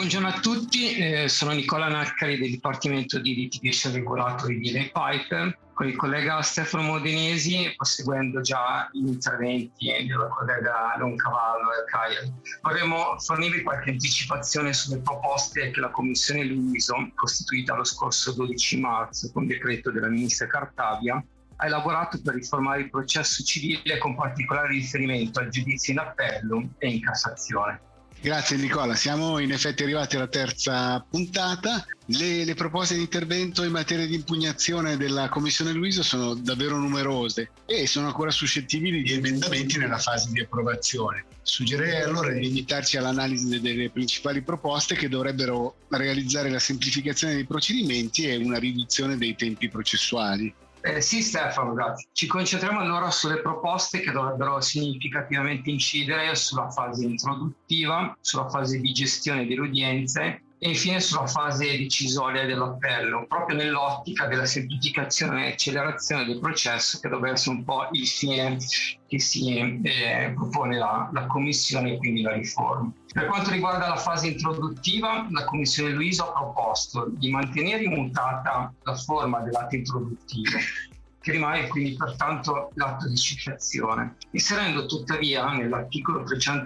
Buongiorno a tutti, sono Nicola Naccari del Dipartimento di Litigation Regulatory di Lay Piper. Con il collega Stefano Modenesi, proseguendo già gli interventi del collega Loncavallo e Caio, vorremmo fornirvi qualche anticipazione sulle proposte che la Commissione Luiso, costituita lo scorso 12 marzo con decreto della Ministra Cartabia, ha elaborato per riformare il processo civile con particolare riferimento al giudizio in appello e in Cassazione. Grazie Nicola, siamo in effetti arrivati alla terza puntata. Le proposte di intervento in materia di impugnazione della Commissione Luiso sono davvero numerose e sono ancora suscettibili di emendamenti nella fase di approvazione. Suggerirei allora di limitarci all'analisi delle principali proposte che dovrebbero realizzare la semplificazione dei procedimenti e una riduzione dei tempi processuali. Sì Stefano, grazie. Ci concentriamo allora sulle proposte che dovrebbero significativamente incidere sulla fase introduttiva, sulla fase di gestione delle udienze e infine sulla fase decisoria dell'appello, proprio nell'ottica della semplificazione e accelerazione del processo, che dovrebbe essere un po' il fine che si propone la Commissione e quindi la riforma. Per quanto riguarda la fase introduttiva, la Commissione Luiso ha proposto di mantenere immutata la forma dell'atto introduttivo, che rimane quindi pertanto l'atto di citazione, inserendo tuttavia nell'articolo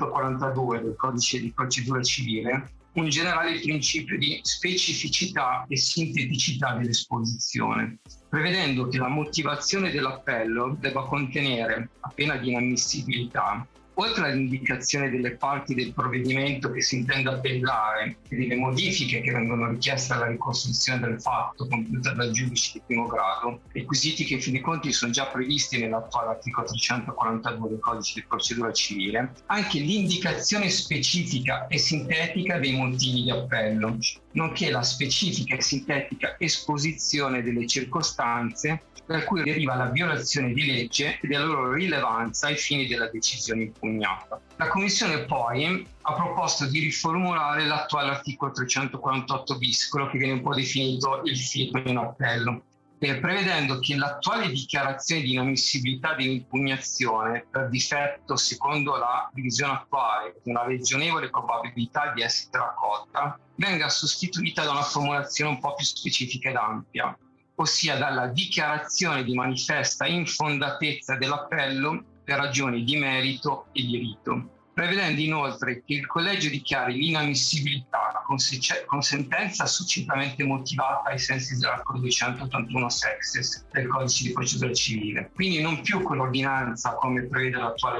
342 del Codice di Procedura Civile un generale principio di specificità e sinteticità dell'esposizione, prevedendo che la motivazione dell'appello debba contenere, a pena di inammissibilità, oltre all'indicazione delle parti del provvedimento che si intende appellare e delle modifiche che vengono richieste alla ricostruzione del fatto compiuta dal giudice di primo grado, requisiti che in fin dei conti sono già previsti nell'attuale articolo 342 del Codice di Procedura Civile, anche l'indicazione specifica e sintetica dei motivi di appello, nonché la specifica e sintetica esposizione delle circostanze da cui deriva la violazione di legge e della loro rilevanza ai fini della decisione impugnata. La Commissione poi ha proposto di riformulare l'attuale articolo 348 bis, quello che viene un po' definito il filtro in appello, prevedendo che l'attuale dichiarazione di inammissibilità dell'impugnazione per difetto, secondo la divisione attuale, di una ragionevole probabilità di essere accolta, venga sostituita da una formulazione un po' più specifica ed ampia, ossia dalla dichiarazione di manifesta infondatezza dell'appello per ragioni di merito e di rito, prevedendo inoltre che il collegio dichiari l'inammissibilità con sentenza succintamente motivata ai sensi dell'articolo 281 sexes del Codice di Procedura Civile, quindi non più con l'ordinanza come prevede l'attuale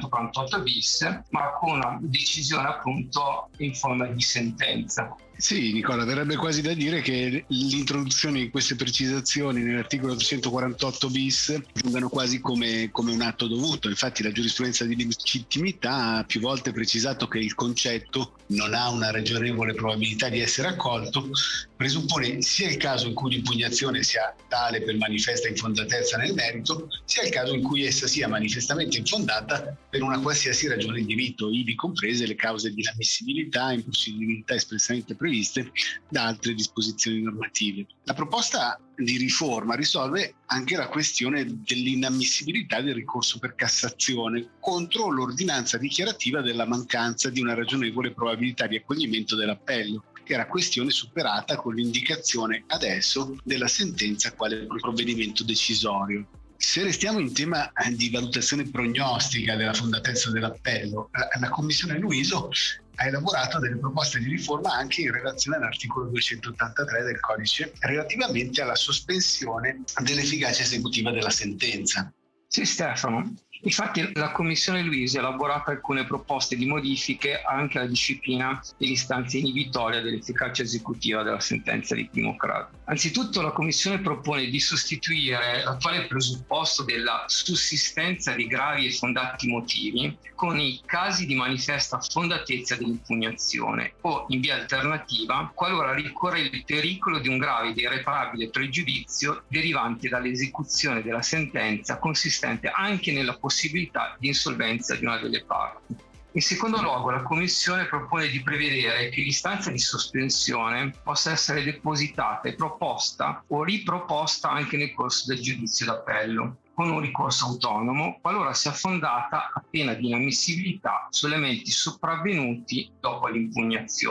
348 bis, ma con una decisione appunto in forma di sentenza. Sì, Nicola, verrebbe quasi da dire che l'introduzione di queste precisazioni nell'articolo 348 bis giungano quasi come un atto dovuto. Infatti la giurisprudenza di legittimità ha più volte precisato che il concetto non ha una ragionevole probabilità di essere accolto, presuppone sia il caso in cui l'impugnazione sia tale per manifesta infondatezza nel merito, sia il caso in cui essa sia manifestamente infondata per una qualsiasi ragione di diritto, ivi comprese le cause di inammissibilità e impossibilità espressamente previste da altre disposizioni normative. La proposta di riforma risolve anche la questione dell'inammissibilità del ricorso per Cassazione contro l'ordinanza dichiarativa della mancanza di una ragionevole probabilità di accoglimento dell'appello, che era questione superata con l'indicazione adesso della sentenza quale provvedimento decisorio. Se restiamo in tema di valutazione prognostica della fondatezza dell'appello, la Commissione Luiso ha elaborato delle proposte di riforma anche in relazione all'articolo 283 del codice relativamente alla sospensione dell'efficacia esecutiva della sentenza. Sì Stefano, infatti la Commissione Luiso ha elaborato alcune proposte di modifiche anche alla disciplina dell'istanza inibitoria dell'efficacia esecutiva della sentenza di primo grado. Anzitutto la Commissione propone di sostituire l'attuale presupposto della sussistenza di gravi e fondati motivi con i casi di manifesta fondatezza dell'impugnazione o, in via alternativa, qualora ricorre il pericolo di un grave ed irreparabile pregiudizio derivante dall'esecuzione della sentenza consistente anche nella possibilità di insolvenza di una delle parti. In secondo luogo, la Commissione propone di prevedere che l'istanza di sospensione possa essere depositata e proposta o riproposta anche nel corso del giudizio d'appello, con un ricorso autonomo, qualora sia fondata a pena di inammissibilità su elementi sopravvenuti dopo l'impugnazione.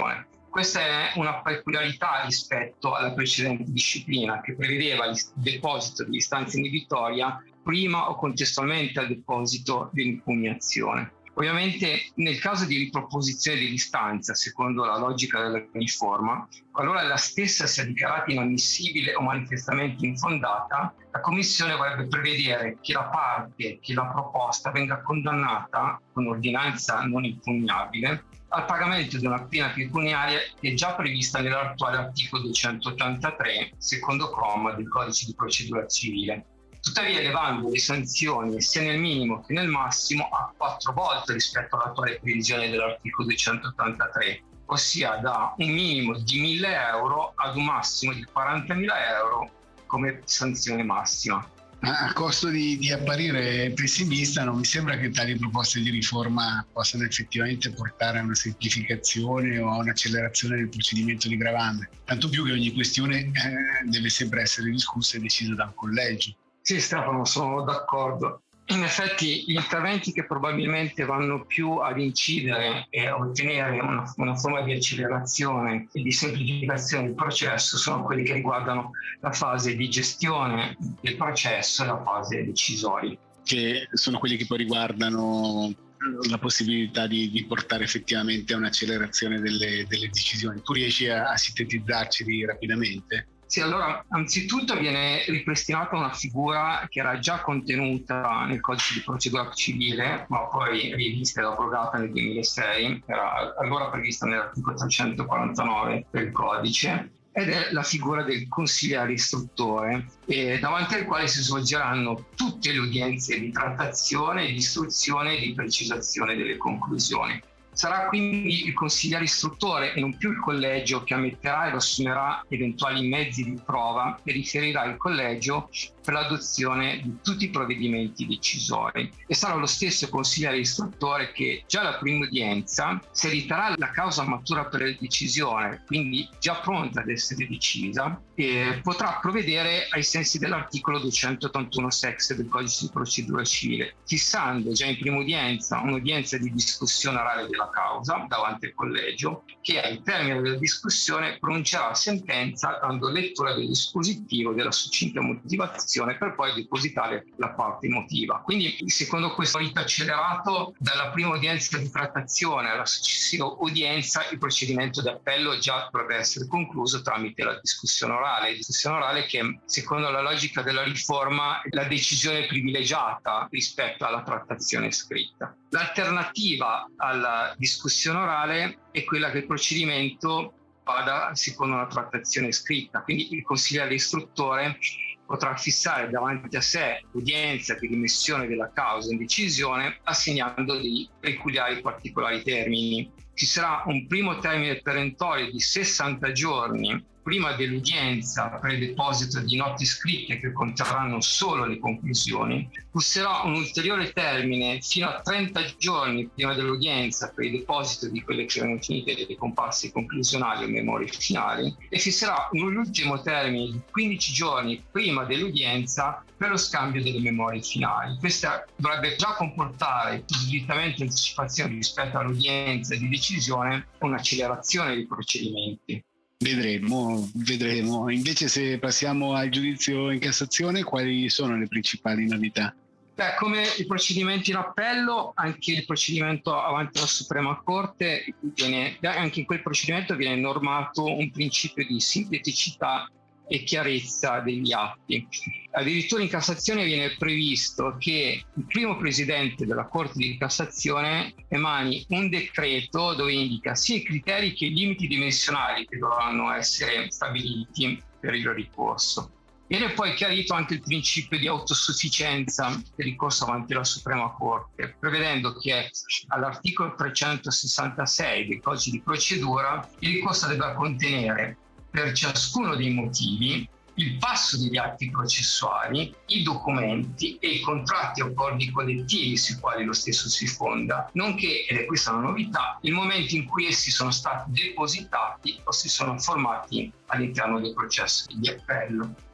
Questa è una peculiarità rispetto alla precedente disciplina, che prevedeva il deposito di istanza inibitoria prima o contestualmente al deposito dell'impugnazione. Ovviamente nel caso di riproposizione dell'istanza, secondo la logica della riforma, qualora la stessa sia dichiarata inammissibile o manifestamente infondata, la Commissione vorrebbe prevedere che la parte che l'ha proposta venga condannata con ordinanza non impugnabile al pagamento di una pena pecuniaria che è già prevista nell'attuale articolo 283, secondo comma del Codice di procedura civile. Tuttavia elevando le sanzioni sia nel minimo che nel massimo a 4 volte rispetto all'attuale previsione dell'articolo 283, ossia da un minimo di 1.000 euro ad un massimo di 40.000 euro come sanzione massima. A costo di apparire pessimista, non mi sembra che tali proposte di riforma possano effettivamente portare a una semplificazione o a un'accelerazione del procedimento di gravame, tanto più che ogni questione deve sempre essere discussa e decisa da un collegio. Sì, Stefano, sono d'accordo. In effetti gli interventi che probabilmente vanno più ad incidere e a ottenere una forma di accelerazione e di semplificazione del processo sono quelli che riguardano la fase di gestione del processo e la fase decisoria. Che sono quelli che poi riguardano la possibilità di portare effettivamente a un'accelerazione delle decisioni. Tu riesci a sintetizzarci rapidamente? Sì, allora, anzitutto viene ripristinata una figura che era già contenuta nel Codice di procedura civile, ma poi rivista ed abrogata nel 2006, era allora prevista nell'articolo 349 del Codice, ed è la figura del consigliere istruttore, davanti al quale si svolgeranno tutte le udienze di trattazione, di istruzione e di precisazione delle conclusioni. Sarà quindi il consigliere istruttore e non più il collegio che ammetterà ed assumerà eventuali mezzi di prova e riferirà al collegio per l'adozione di tutti i provvedimenti decisori. E sarà lo stesso consigliere istruttore che già alla prima udienza, se riterrà la causa matura per la decisione, quindi già pronta ad essere decisa, potrà provvedere ai sensi dell'articolo 281 sex del Codice di procedura civile, fissando già in prima udienza un'udienza di discussione orale della causa davanti al collegio, che al termine della discussione pronuncerà sentenza dando lettura del dispositivo della succinta motivazione per poi depositare la parte emotiva. Quindi, secondo questo rito accelerato, dalla prima udienza di trattazione alla successiva udienza, il procedimento d'appello già dovrebbe essere concluso tramite la discussione orale che, secondo la logica della riforma, è la decisione privilegiata rispetto alla trattazione scritta. L'alternativa alla discussione orale è quella che il procedimento vada secondo una trattazione scritta, quindi il consigliere istruttore potrà fissare davanti a sé l'udienza di rimessione della causa in decisione assegnando dei peculiari particolari termini. Ci sarà un primo termine perentorio di 60 giorni prima dell'udienza per il deposito di note scritte che conterranno solo le conclusioni, fisserà un ulteriore termine fino a 30 giorni prima dell'udienza per il deposito di quelle che erano finite delle comparse conclusionali o memorie finali e fisserà un ultimo termine di 15 giorni prima dell'udienza per lo scambio delle memorie finali. Questa dovrebbe già comportare, possibilmente anticipazione rispetto all'udienza di decisione, un'accelerazione dei procedimenti. Vedremo. Invece, se passiamo al giudizio in Cassazione, quali sono le principali novità? Come i procedimenti in appello, anche il procedimento avanti alla Suprema Corte, anche in quel procedimento viene normato un principio di sinteticità e chiarezza degli atti. Addirittura in Cassazione viene previsto che il primo presidente della Corte di Cassazione emani un decreto dove indica sia i criteri che i limiti dimensionali che dovranno essere stabiliti per il ricorso. Viene poi chiarito anche il principio di autosufficienza del ricorso avanti alla Suprema Corte, prevedendo che all'articolo 366 del Codice di procedura il ricorso debba contenere per ciascuno dei motivi il passo degli atti processuali, i documenti e i contratti o accordi collettivi sui quali lo stesso si fonda, nonché, ed è questa la novità, il momento in cui essi sono stati depositati o si sono formati all'interno del processo di appello.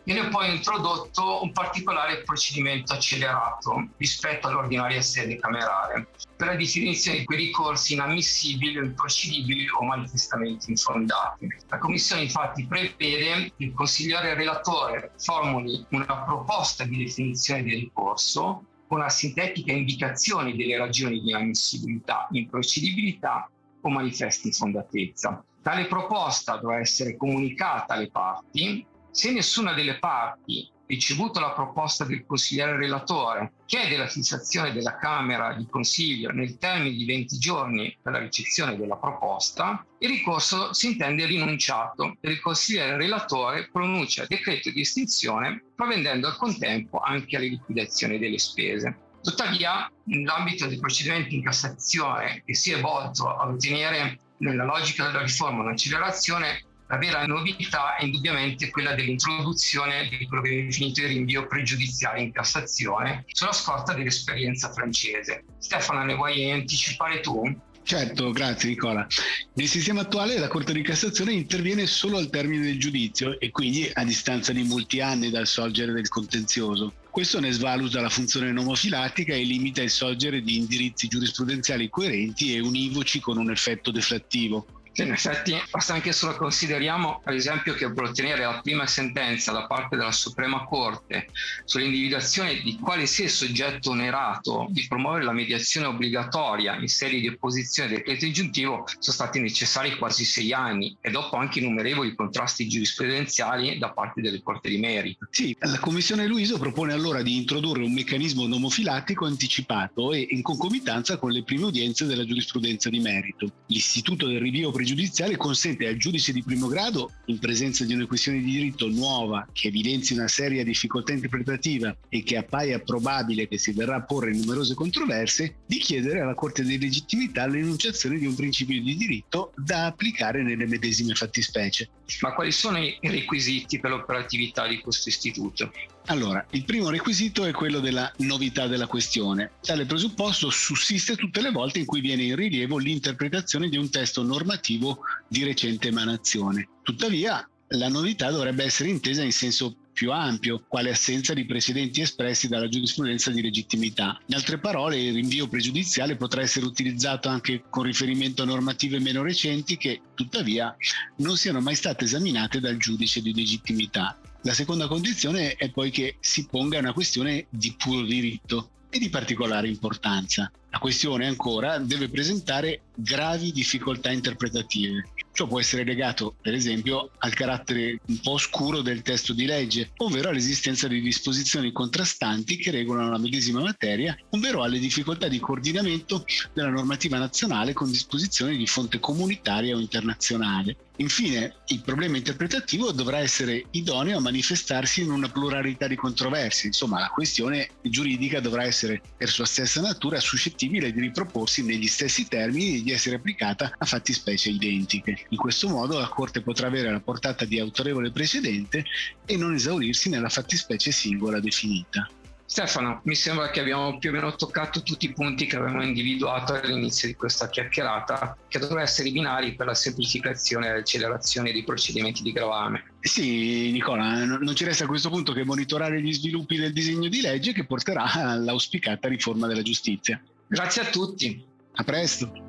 viene poi introdotto un particolare procedimento accelerato rispetto all'ordinaria sede camerale per la definizione di quei ricorsi inammissibili o improcedibili o manifestamente infondati. La Commissione infatti prevede che il consigliere relatore formuli una proposta di definizione del ricorso con una sintetica indicazione delle ragioni di inammissibilità, improcedibilità o manifesta infondatezza. Tale proposta dovrà essere comunicata alle parti. Se nessuna delle parti, ricevuta la proposta del consigliere relatore, chiede la fissazione della Camera di Consiglio nel termine di 20 giorni per la ricezione della proposta, il ricorso si intende rinunciato e il consigliere relatore pronuncia decreto di estinzione, provvedendo al contempo anche alle liquidazioni delle spese. Tuttavia, nell'ambito dei procedimenti in Cassazione che si è volto a ottenere nella logica della riforma un'accelerazione, la vera novità è indubbiamente quella dell'introduzione di quello che viene definito il rinvio pregiudiziale in Cassazione sulla scorta dell'esperienza francese. Stefano, ne vuoi anticipare tu? Certo, grazie Nicola. Nel sistema attuale la Corte di Cassazione interviene solo al termine del giudizio e quindi a distanza di molti anni dal sorgere del contenzioso. Questo ne svaluta la funzione nomofilatica e limita il sorgere di indirizzi giurisprudenziali coerenti e univoci con un effetto deflattivo. In effetti basta anche solo consideriamo ad esempio che per ottenere la prima sentenza da parte della Suprema Corte sull'individuazione di quale sia il soggetto onerato di promuovere la mediazione obbligatoria in sede di opposizione del decreto ingiuntivo sono stati necessari quasi 6 anni e dopo anche innumerevoli contrasti giurisprudenziali da parte delle Corti di merito. Sì, la Commissione Luiso propone allora di introdurre un meccanismo nomofilattico anticipato e in concomitanza con le prime udienze della giurisprudenza di merito. L'istituto del rinvio pregiudiziale consente al giudice di primo grado, in presenza di una questione di diritto nuova che evidenzi una seria difficoltà interpretativa e che appaia probabile che si verrà a porre in numerose controversie, di chiedere alla Corte di legittimità l'enunciazione di un principio di diritto da applicare nelle medesime fattispecie. Ma quali sono i requisiti per l'operatività di questo istituto? Allora, il primo requisito è quello della novità della questione. Tale presupposto sussiste tutte le volte in cui viene in rilievo l'interpretazione di un testo normativo di recente emanazione. Tuttavia, la novità dovrebbe essere intesa in senso più ampio, quale assenza di precedenti espressi dalla giurisprudenza di legittimità. In altre parole, il rinvio pregiudiziale potrà essere utilizzato anche con riferimento a normative meno recenti che, tuttavia, non siano mai state esaminate dal giudice di legittimità. La seconda condizione è poi che si ponga una questione di puro diritto e di particolare importanza. La questione ancora deve presentare gravi difficoltà interpretative. Ciò può essere legato, per esempio, al carattere un po' oscuro del testo di legge, ovvero all'esistenza di disposizioni contrastanti che regolano la medesima materia, ovvero alle difficoltà di coordinamento della normativa nazionale con disposizioni di fonte comunitaria o internazionale. Infine, il problema interpretativo dovrà essere idoneo a manifestarsi in una pluralità di controversie. Insomma, la questione giuridica dovrà essere, per sua stessa natura, suscettibile di riproporsi negli stessi termini e di essere applicata a fattispecie identiche. In questo modo la Corte potrà avere la portata di autorevole precedente e non esaurirsi nella fattispecie singola definita. Stefano, mi sembra che abbiamo più o meno toccato tutti i punti che avevamo individuato all'inizio di questa chiacchierata, che dovrebbero essere i binari per la semplificazione e l'accelerazione dei procedimenti di gravame. Sì, Nicola, non ci resta a questo punto che monitorare gli sviluppi del disegno di legge che porterà all'auspicata riforma della giustizia. Grazie a tutti. A presto.